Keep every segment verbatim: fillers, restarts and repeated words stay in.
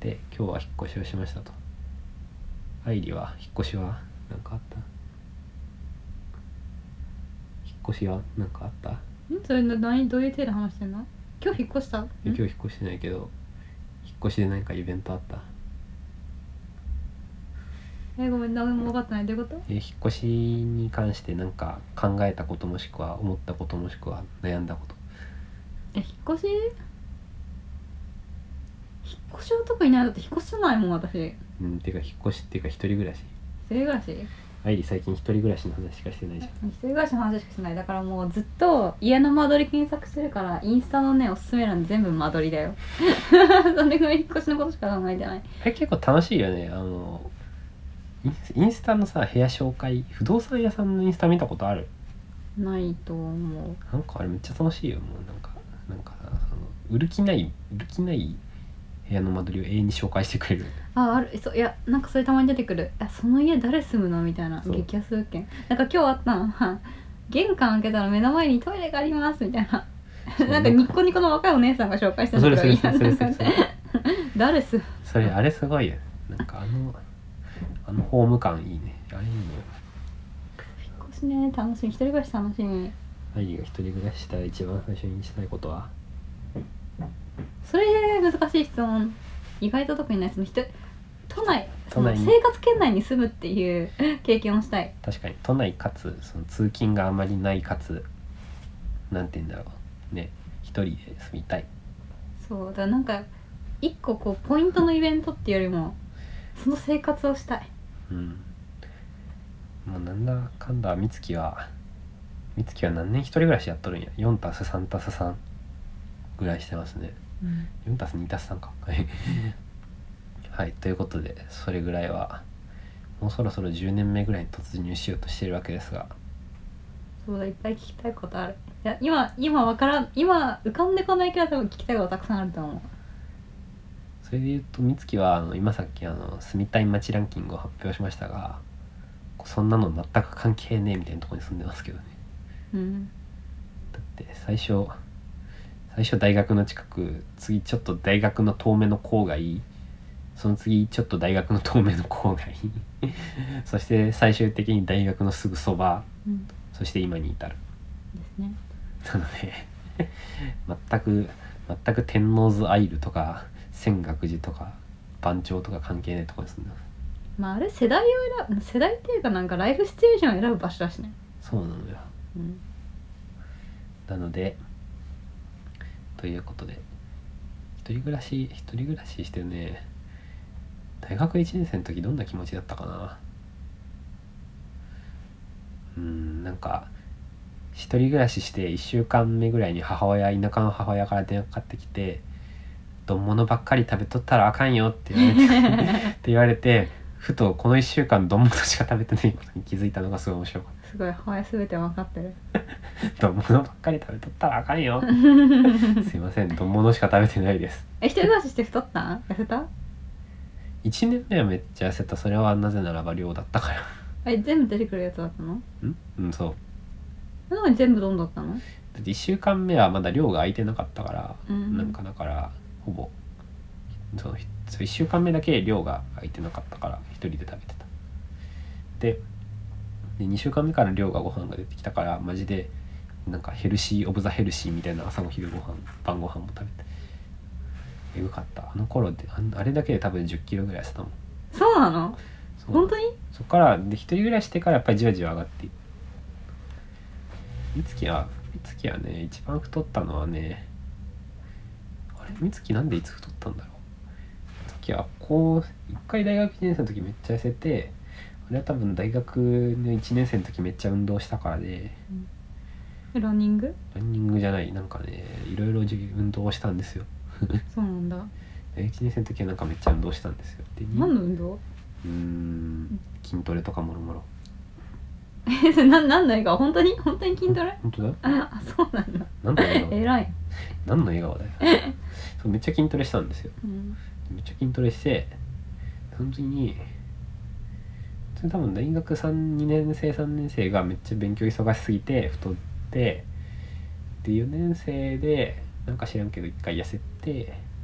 で今日は引っ越しをしましたと。愛理は引っ越しは何かあった？引っ越しは何かあった？んそれ何どういう手で話してんの？今日引っ越した？ 今日引っ越してないけど引っ越しで何かイベントあった？ えごめん何も分かってない。どういうこと？ え引っ越しに関して何か考えたこともしくは思ったこともしくは悩んだこと。 え引っ越し引っ越しは特にない。だって引っ越してないもん私。 うんてか引っ越しっていうか一人暮らし。 一人暮らし？ 愛理最近一人暮らしの話しかしてないじゃん。 一人暮らしの話しかしない。だからもうずっと家の間取り検索してるからインスタのねおすすめ欄全部間取りだよそれが引っ越しのことしか考えてない。 あれ結構楽しいよね。あのインスインスタのさ部屋紹介不動産屋さんのインスタ見たことある？ ないと思う。 なんかあれめっちゃ楽しいよ。もうなんかなんかさその売る気ない売る気ない部屋の間取りを永遠に紹介してくれる。 あある。そういやなんかそれたまに出てくる。あその家誰住むのみたいなそう激安物件。なんか今日あったのは玄関開けたら目の前にトイレがありますみたいななんかニッコニコの若いお姉さんが紹介してるんだけど、いやなんか誰すそれあれすごいよ。なんかあのあのホーム感いいね。あれいいのよ。 引っ越しね楽しみ。一人暮らし楽しみ。 愛理が一人暮らししたら一番最初にしたいことは？ それ難しい質問。意外と特にない。その人都内その都内に生活圏内に住むっていう経験をしたい。 確かに都内かつその通勤があまりないかつなんて言うんだろうね一人で住みたい。 そうだからなんか一個こうポイントのイベントっていうよりもその生活をしたい。 うんもうなんだかんだ美月は美月は何年一人暮らしやっとるんや。 よんたすさんたすさん ぐらいしてますね。 うん、 よんたすにたすさんかはいということでそれぐらいはもうそろそろじゅうねんめぐらいに突入しようとしているわけですが。 そうだいっぱい聞きたいことある。いや今今わからん今浮かんでこないけど多分聞きたいことたくさんあると思う。 それで言うと美月はあの今さっきあの住みたい街ランキングを発表しましたがそんなの全く関係ねえみたいなところに住んでますけどね。 うんだって最初最初大学の近く次ちょっと大学の遠めの郊外その次ちょっと大学の遠めの郊外そして最終的に大学のすぐそば、 うん、 そして今に至るですね。 なので全く全く天王洲アイルとか泉岳寺とか番町とか関係ないところに住んでます。 まああれ世代を選ぶ世代っていうかなんかライフシチュエーションを選ぶ場所だしね。 そうなのよ。 うんなのでということで一人暮らし一人暮らししてね大学いちねん生の時どんな気持ちだったかな。うーんなんか一人暮らししていっしゅうかんめぐらいに母親田舎の母親から電話かかってきて丼物ばっかり食べとったらあかんよって言われてって言われてふとこのいっしゅうかん丼物しか食べてないことに気づいたのがすごい面白かった。 すごい母親すべて分かってる丼物ばっかり食べとったらあかんよすいません丼物しか食べてないです。 え一人暮らしして太ったん？痩せた？ いちねんめはめっちゃ痩せた。それはなぜならば量だったからえ全部出てくるやつだったの？ んうんそうなのに全部どんだったの？ だっていっしゅうかんめはまだ量が空いてなかったから、 うん、 なんかだからほぼそのいっしゅうかんめだけ量が空いてなかったから一人で食べてた。ででにしゅうかんめから量がご飯が出てきたからマジでなんかヘルシーオブザヘルシーみたいな朝ご昼ご飯晩ご飯も食べてえぐかった。あの頃で あ, あれだけで多分じゅっキロぐらい痩せたもん。 そうなの？ そう本当に？ そっからで一人暮らししてからやっぱりじわじわ上がっていって美月は美月はね一番太ったのはねあれ美月なんでいつ太ったんだろう。美月はこう一回大学いちねん生の時めっちゃ痩せてあれは多分大学のいちねん生の時めっちゃ運動したからで、 うん、ランニング？ ランニングじゃないなんかねいろいろ運動をしたんですよそうなんだ。 いちねん生の時はなんかめっちゃ運動したんですよ。で何の運動？ うーん筋トレとかもろもろえそれな何の笑顔？本当に本当に筋トレ？ 本当だよ。 あそうなんだ。 何の笑顔偉い。 何の笑顔だよそうめっちゃ筋トレしたんですよ、 うん、 めっちゃ筋トレしてその時にそれ多分大学さんにねん生さんねん生がめっちゃ勉強忙しすぎて太ってでよねん生でなんか知らんけど一回痩せて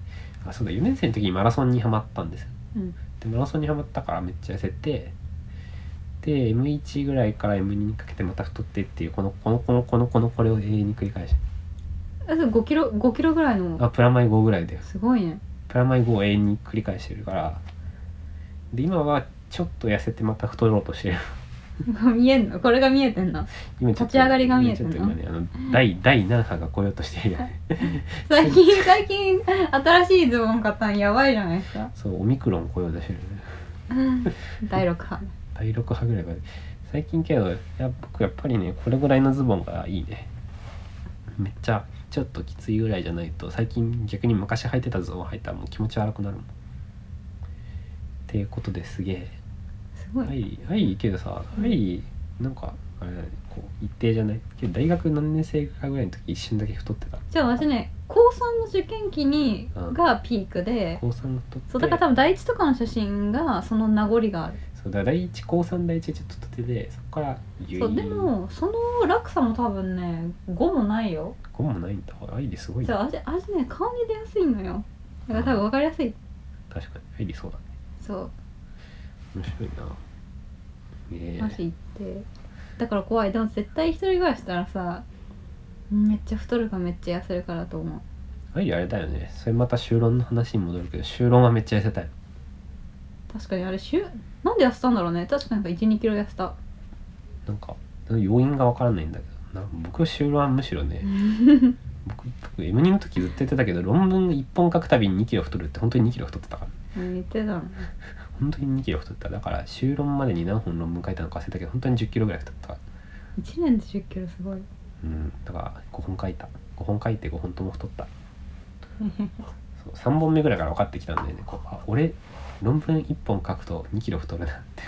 あそうだよねん生の時にマラソンにハマったんですよ。 うんでマラソンにハマったからめっちゃ痩せて、で エムワン ぐらいから エムツー にかけてまた太ってっていうこのこのこのこのこのこれを永遠に繰り返しえそれごキロごキロぐらいのあプラマイごぐらいだよ。 すごいね。 プラマイごを永遠に繰り返してるから、で今はちょっと痩せてまた太ろうとしてる見えんのこれが見えてんの今ちょっと立ち上がりが見えてんのちょっと今ねあの第第何波が来ようとしてるよね最近最近新しいズボン買ったんやばいじゃないですか。 そうオミクロン来ようとしてるねだいろく波だいろく波ぐらいが最近けどや僕やっぱりねこれぐらいのズボンがいいね。めっちゃちょっときついぐらいじゃないと最近逆に昔履いてたズボン履いたらもう気持ち悪くなるもんっていうことですげえすごい、 アイリーアイリーけどさアイリーなんかあれだねこう一定じゃないけど大学何年生かぐらいの時一瞬だけ太ってた。 じゃあ私ね高さんの受験期に、 うんがピークで高さん太ってそうだから多分だいいちとかの写真がその名残がある。 そうだから第一高さん第一ちょっと太っててそこからゆいそうでもその落差も多分ねごもないよ。 ごもないんだ。アイリーすごいじゃあ味味ね顔に出やすいのよ。だから多分分かりやすい。 確かにアイリーそうだね。 そう面白いな。ねえマジ言ってだから怖い。でも絶対一人暮らししたらさめっちゃ太るかめっちゃ痩せるからと思う。 アイリーあれだよね。それまた修論の話に戻るけど修論はめっちゃ痩せたよ。 確かにあれ週なんで痩せたんだろうね。確かにいちにキロ痩せた。 なんか要因がわからないんだけどな。僕修論はむしろね僕, 僕 エムツー の時ずっと言ってたけど論文いっぽん書くたびににキロ太るって本当ににキロ太ってたから、 言ってたの。 本当ににキロ太った。だから修論までに何本論文書いたのか忘れたけど本当にじゅっキロぐらい太ったからいちねんでじゅっキロすごい。 うんだからごほん書いたごほん書いてごほんとも太ったそうさんぼんめぐらいから分かってきたんだよね。こうあ俺論文いっぽん書くとにキロ太るなって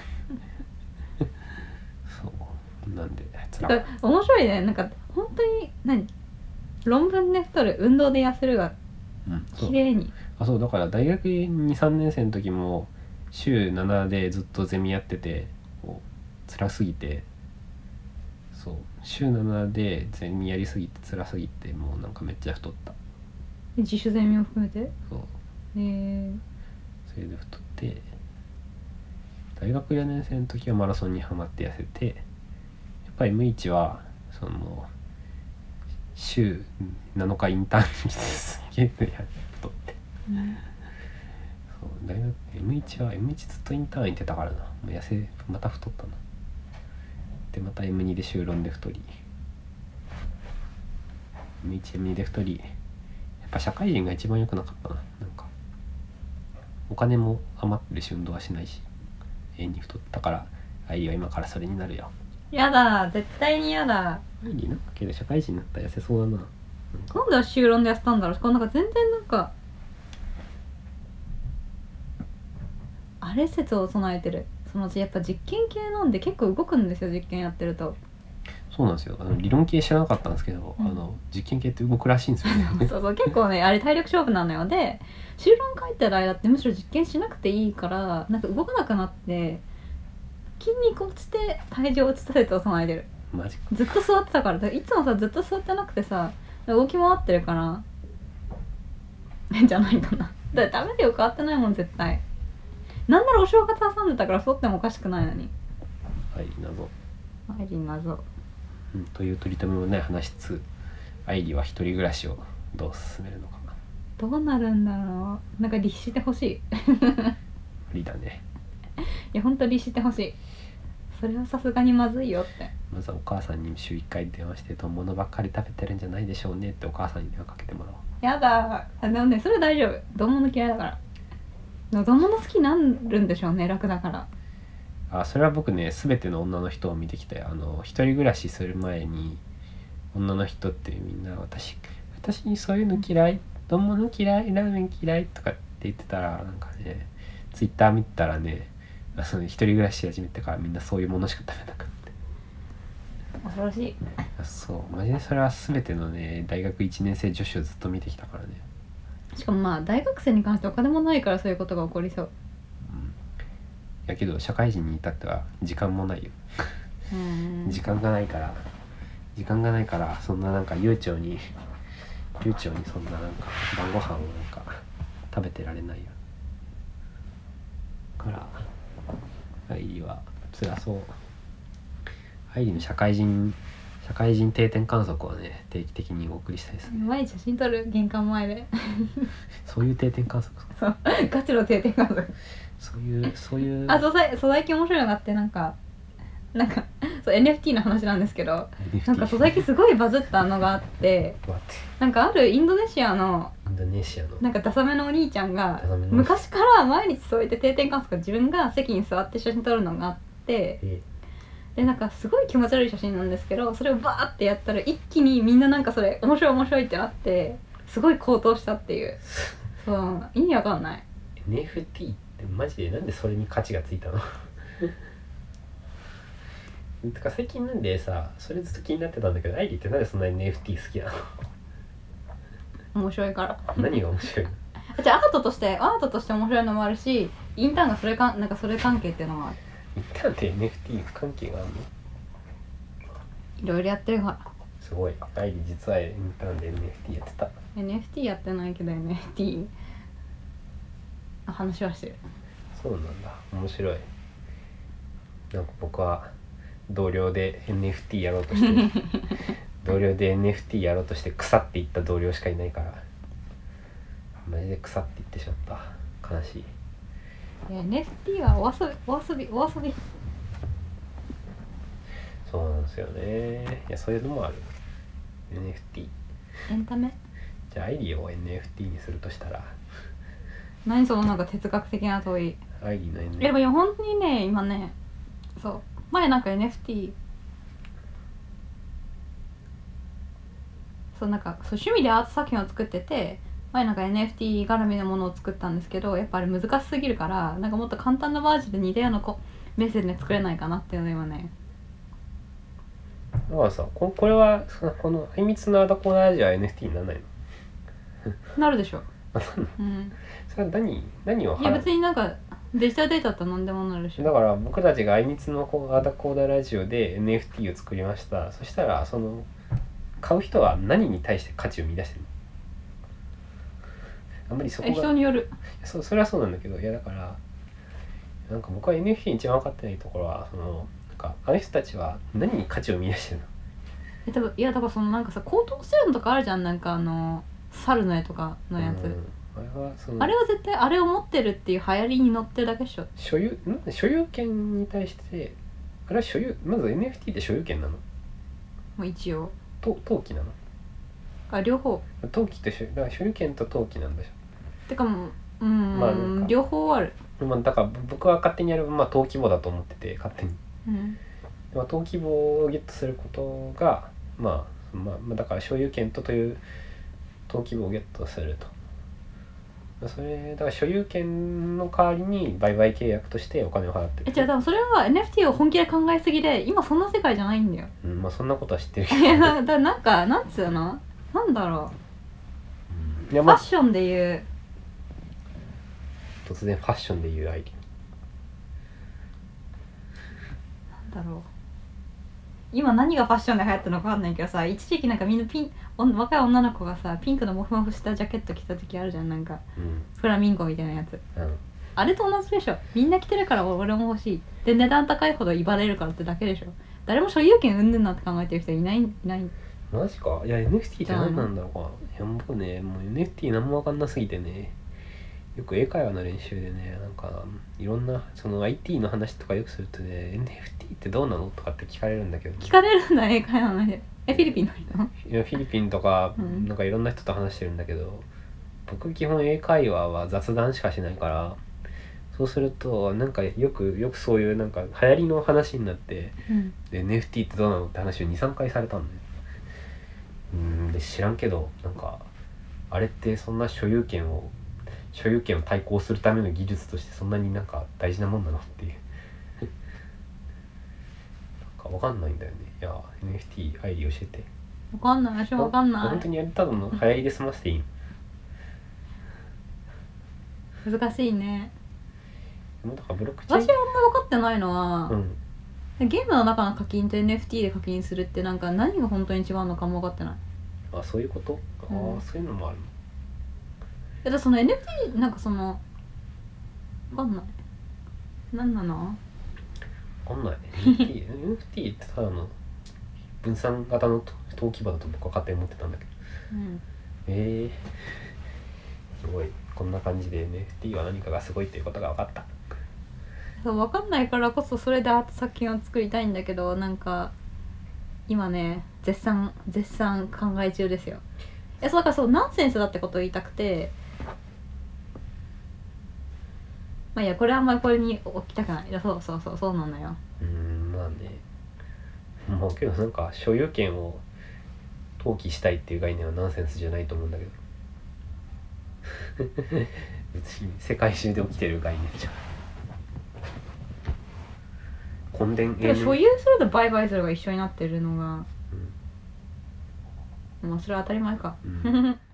そうなんでつらだから面白いね。なんか本当に何論文で太る運動で痩せるがうんそう綺麗に。 あそうだから大学にさんねん生の時も週ななでずっとゼミやっててこう辛すぎてそう週ななでゼミやりすぎて辛すぎてもうなんかめっちゃ太った。 自主ゼミを含めて。 そうえー、 それで太って大学よねん生の時はマラソンにハマって痩せてやっぱり エムワン はその週なのかインターンにすげえ太って、 うん、 そう大学 エムワン は エムワン ずっとインターン行ってたからな。もう痩せまた太ったな。でまた エムツー で修論で太り エムワン、エムツー で太りやっぱ社会人が一番良くなかったな。なんかお金も余ってるし運動はしないし永遠に太ったからアイリーは今からそれになるよ。 やだ絶対にやだ。 アイリーなんかけど社会人になったら痩せそうだな。なんか今度は修論で痩せたんだろう。しかもなんか全然なんかあれ説を唱えてる。そのやっぱ実験系なんで結構動くんですよ実験やってると。 そうなんですよ。あの理論系知らなかったんですけど、 うん、 あの実験系って動くらしいんですよねそうそう結構ねあれ体力勝負なのよ。で修論書いてる間ってむしろ実験しなくていいからなんか動かなくなって筋肉落ちて体重落ちた説を唱えてる。 マジか。 ずっと座ってたから。だからいつもさずっと座ってなくてさ動き回ってるからじゃないかな。だから食べ量変わってないもん絶対。なんならお正月挟んでたから太ってもおかしくないのに。 アイリー謎。 アイリー謎。 うん、という取り留めもない話しつつアイリーは一人暮らしをどう進めるのかな。 どうなるんだろう。なんか律してほしい無理だね。 いやほんと律してほしい。それはさすがにまずいよって。 まずはお母さんに週いっかい電話して丼物ばっかり食べてるんじゃないでしょうねってお母さんに電話かけてもらおう。 やだ。あでもねそれ大丈夫。丼物嫌いだから。丼物好きになるんでしょうね楽だから。 あそれは僕ね全ての女の人を見てきたよ。あの一人暮らしする前に女の人ってみんな私私にそういうの嫌い丼物嫌いラーメン嫌いとかって言ってたらなんかねツイッター見てたらねあその一人暮らし始めてからみんなそういうものしか食べなくって恐ろしい。 あそうマジでそれは全てのね大学いちねん生女子をずっと見てきたからね。 しかもまあ大学生に関してお金もないからそういうことが起こりそう。 やけど社会人に至っては時間もないようん時間がないから時間がないからそんななんか悠長に悠長にそんななんか晩ご飯をなんか食べてられないよから愛理は辛そう。愛理の社会人社会人定点観測をね定期的にお送りしたいですね。 毎日写真撮る玄関前でそういう定点観測そうガチの定点観測そういうそういうあそう最そう最近面白いのがあって、なんかなんかそう エヌエフティー の話なんですけど、なんかそう最近すごいバズったのがあって、 待ってなんかあるインドネシアのインドネシアのなんかダサめのお兄ちゃんがダサめの昔から毎日そうやって定点観測自分が席に座って写真撮るのがあって、 えでなんかすごい気持ち悪い写真なんですけど、それをバーってやったら一気にみんななんかそれ面白い面白いってなってすごい高騰したっていう。そう意味わかんない。 エヌエフティー ってマジでなんでそれに価値がついたのてか最近なんでさそれずっと気になってたんだけど、愛理ってなんでそんな エヌエフティー 好きなの面白いから何が面白いのじゃあアートとしてアートとして面白いのもあるし、インターンがそれかなんかそれ関係っていうのもある。 インターンって エヌエフティー 関係があるの？ いろいろやってるから。 すごい。愛理実はインターンで エヌエフティー やってた。 エヌエフティー やってないけど エヌエフティー の話はしてる。 そうなんだ、面白い。なんか僕は同僚で エヌエフティー やろうとして同僚で エヌエフティー やろうとして腐っていった同僚しかいないから、マジで腐っていってしまった。悲しい。 いや エヌエフティー はお遊びお遊びお遊び。 そうなんですよね。いやそういうのもある。 エヌエフティーエンタメ。 じゃあアイリーを エヌエフティー にするとしたら何そのなんか哲学的な問い。 アイリーの エヌエフティーでも今本当にね今ねそう前なんか エヌエフティー そうなんかそう趣味でアート作品を作ってて、前なんか エヌエフティー 絡みのものを作ったんですけど、やっぱあれ難しすぎるからなんかもっと簡単なバージョンで似たようなこメッセージで作れないかなっていうの今ね。 だからさ こ, これはこのあいみつのアダコーダラジオは エヌエフティー にならないの？ なるでしょ。 あそうなの？ うん。 それは何何をいや別になんかデジタルデータだったら何でもなるでしょ。 だから僕たちがあいみつのアダコーダラジオで エヌエフティー を作りました。そしたらその買う人は何に対して価値を見出してるの？あんまりそこが人による。 そ, それはそうなんだけど、いやだからなんか僕は エヌエフティー に一番分かってないところはそのなんかあの人たちは何に価値を見出してるの？ え多分いやだからそのなんかさ高等性能とかあるじゃん、なんかあの猿の絵とかのやつ、 うん、あれはそのあれは絶対あれを持ってるっていう流行りに乗ってるだけでしょ。 所有ん所有権に対してあれは所有まず エヌエフティー って所有権なの？ もう一応と登記なの？ あ両方登記と所有だから所有権と登記なんでしてかもううん、 まあなんか両方ある。 ょ、まあ、だから僕は勝手にやればまあ登記簿だと思ってて勝手に、 うんまあ、登記簿をゲットすることがまあまあだから所有権とという登記簿をゲットすると、それだから所有権の代わりに売買契約としてお金を払ってる。 え違う多分それは エヌエフティー を本気で考えすぎで今そんな世界じゃないんだよ。 うん、まあそんなことは知ってるけいやだだなんかなんつうのなんだろど、いうやまあファッションで言う突然ファッションで言うアイデなんだろう今何がファッションで流行ってるのか分かんないけどさ、一時期なんかみんなピンお若い女の子がさピンクのモフモフしたジャケット着た時あるじゃん、なんかィ。うんフラミンゴみたいなやつ。 うんあれと同じでしょ。みんな着てるから俺も欲しいで値段高いほど威張れるからってだけでしょ。誰も所有権うんぬんなんて考えてる人いないいない。 マジか。いや エヌエフティー って何なんだろうか。いや僕ねもう エヌエフティー 何も分かんなすぎてね、よく英会話の練習でねなんかいろんなその アイティー の話とかよくするとね エヌエフティー ってどうなのとかって聞かれるんだけど、ね、 聞かれるんだ英会話の人。えフィリピンの人？ いやフィリピンとか、 うん、 なんかいろんな人と話してるんだけど、僕基本英会話は雑談しかしないから、そうするとなんかよくよくそういうなんか流行りの話になって、 うん、 エヌエフティー ってどうなのって話を にさんかいされたんで、うんで知らんけどなんかあれってそんな所有権を所有権を対抗するための技術としてそんなになんか大事なもんなのっていうなんかわかんないんだよね。いや エヌエフティー アイリー教えて。 わかんない私もわかんない。 本当にやりただの流行りで済ませていいの難しいね。 もうだからブロックチェーン私はあんま分かってないのは、 うん、 ゲームの中の課金と エヌエフティー で課金するってなんか何が本当に違うのかも分かってない。 あそういうこと、 うん、 ああそういうのもあるの。 えだその エヌエフティー なんかそのわかんないなんなのわかんない エヌエフティー エヌエフティー ってただの分散型の登記場だと僕は勝手に思ってたんだけど、 うん、 えー、すごいこんな感じで エヌエフティー は何かがすごいっていうことが分かった。 そう分かんないからこそそれでアート作品を作りたいんだけど、なんか今ね絶賛絶賛考え中ですよ。えそうだからそうナンセンスだってことを言いたくて、まあいやこれはあんまりこれに置きたくない。いやそうそうそうそうなのよ。 うーんまあねまあけどなんか所有権を登記したいっていう概念はナンセンスじゃないと思うんだけど別に世界中で起きてる概念じゃん。根伝てか所有すると売買するが一緒になってるのが、 うんまあそれは当たり前か。 うん